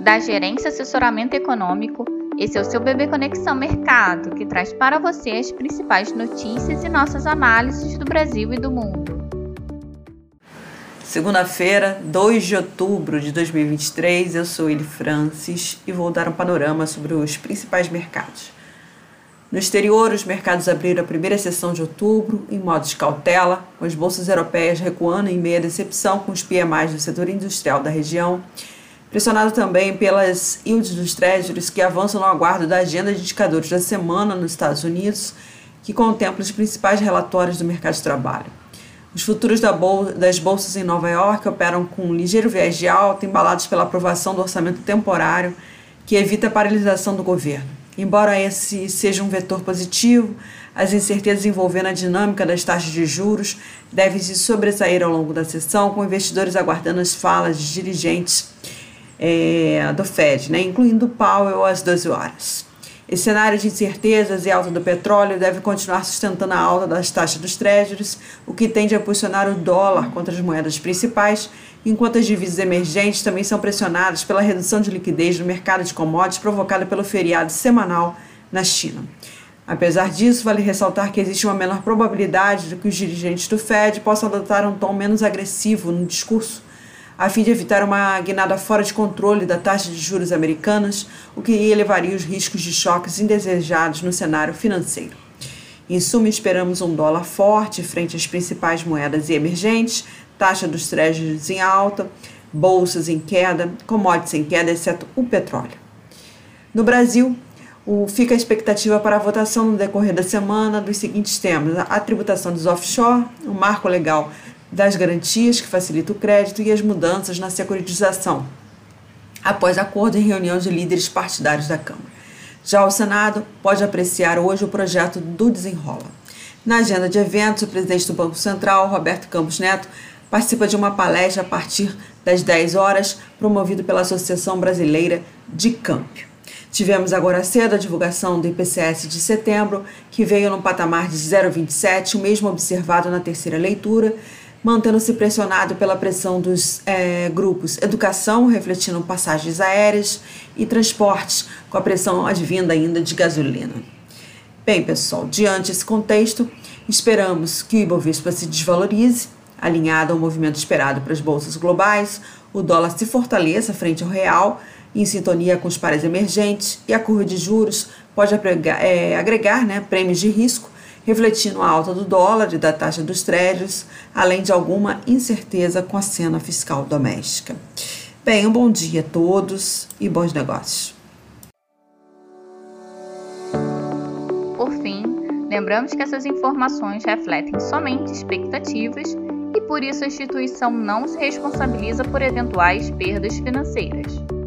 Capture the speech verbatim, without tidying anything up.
da Gerência Assessoramento Econômico. Esse é o seu Bebê Conexão Mercado, que traz para você as principais notícias e nossas análises do Brasil e do mundo. Segunda-feira, dois de outubro de dois mil e vinte e três, eu sou Eli Francis e vou dar um panorama sobre os principais mercados. No exterior, os mercados abriram a primeira sessão de outubro em modo de cautela, com as bolsas europeias recuando em meia decepção com os P M Is do setor industrial da região, pressionado também pelas yields dos Treasuries que avançam no aguardo da agenda de indicadores da semana nos Estados Unidos, que contempla os principais relatórios do mercado de trabalho. Os futuros da bol- das bolsas em Nova York operam com um ligeiro viés de alta, embalados pela aprovação do orçamento temporário, que evita a paralisação do governo. Embora esse seja um vetor positivo, as incertezas envolvendo a dinâmica das taxas de juros devem se sobressair ao longo da sessão, com investidores aguardando as falas de dirigentes é, do Fed, né, incluindo o Powell às doze horas. Esse cenário de incertezas e alta do petróleo deve continuar sustentando a alta das taxas dos Treasuries, o que tende a posicionar o dólar contra as moedas principais, enquanto as divisas emergentes também são pressionadas pela redução de liquidez no mercado de commodities provocada pelo feriado semanal na China. Apesar disso, vale ressaltar que existe uma menor probabilidade de que os dirigentes do Fed possam adotar um tom menos agressivo no discurso, a fim de evitar uma guinada fora de controle da taxa de juros americanas, o que elevaria os riscos de choques indesejados no cenário financeiro. Em suma, esperamos um dólar forte frente às principais moedas emergentes, taxa dos treasuries em alta, bolsas em queda, commodities em queda, exceto o petróleo. No Brasil, o, fica a expectativa para a votação no decorrer da semana dos seguintes temas: a tributação dos offshore, o marco legal das garantias, que facilita o crédito, e as mudanças na securitização, após acordo em reunião de líderes partidários da Câmara. Já o Senado pode apreciar hoje o projeto do Desenrola. Na agenda de eventos, o presidente do Banco Central, Roberto Campos Neto, participa de uma palestra a partir das dez horas, promovido pela Associação Brasileira de Câmbio. Tivemos agora cedo a divulgação do I P C S de setembro, que veio no patamar de zero vírgula vinte e sete, o mesmo observado na terceira leitura, mantendo-se pressionado pela pressão dos é, grupos educação, refletindo passagens aéreas, e transportes, com a pressão advinda ainda de gasolina. Bem, pessoal, diante desse contexto, esperamos que o Ibovespa se desvalorize, alinhado ao movimento esperado para as bolsas globais, o dólar se fortaleça frente ao real, em sintonia com os pares emergentes, e a curva de juros pode agregar, é, agregar né, prêmios de risco, refletindo a alta do dólar e da taxa dos treasuries, além de alguma incerteza com a cena fiscal doméstica. Bem, um bom dia a todos e bons negócios. Por fim, lembramos que essas informações refletem somente expectativas e por isso a instituição não se responsabiliza por eventuais perdas financeiras.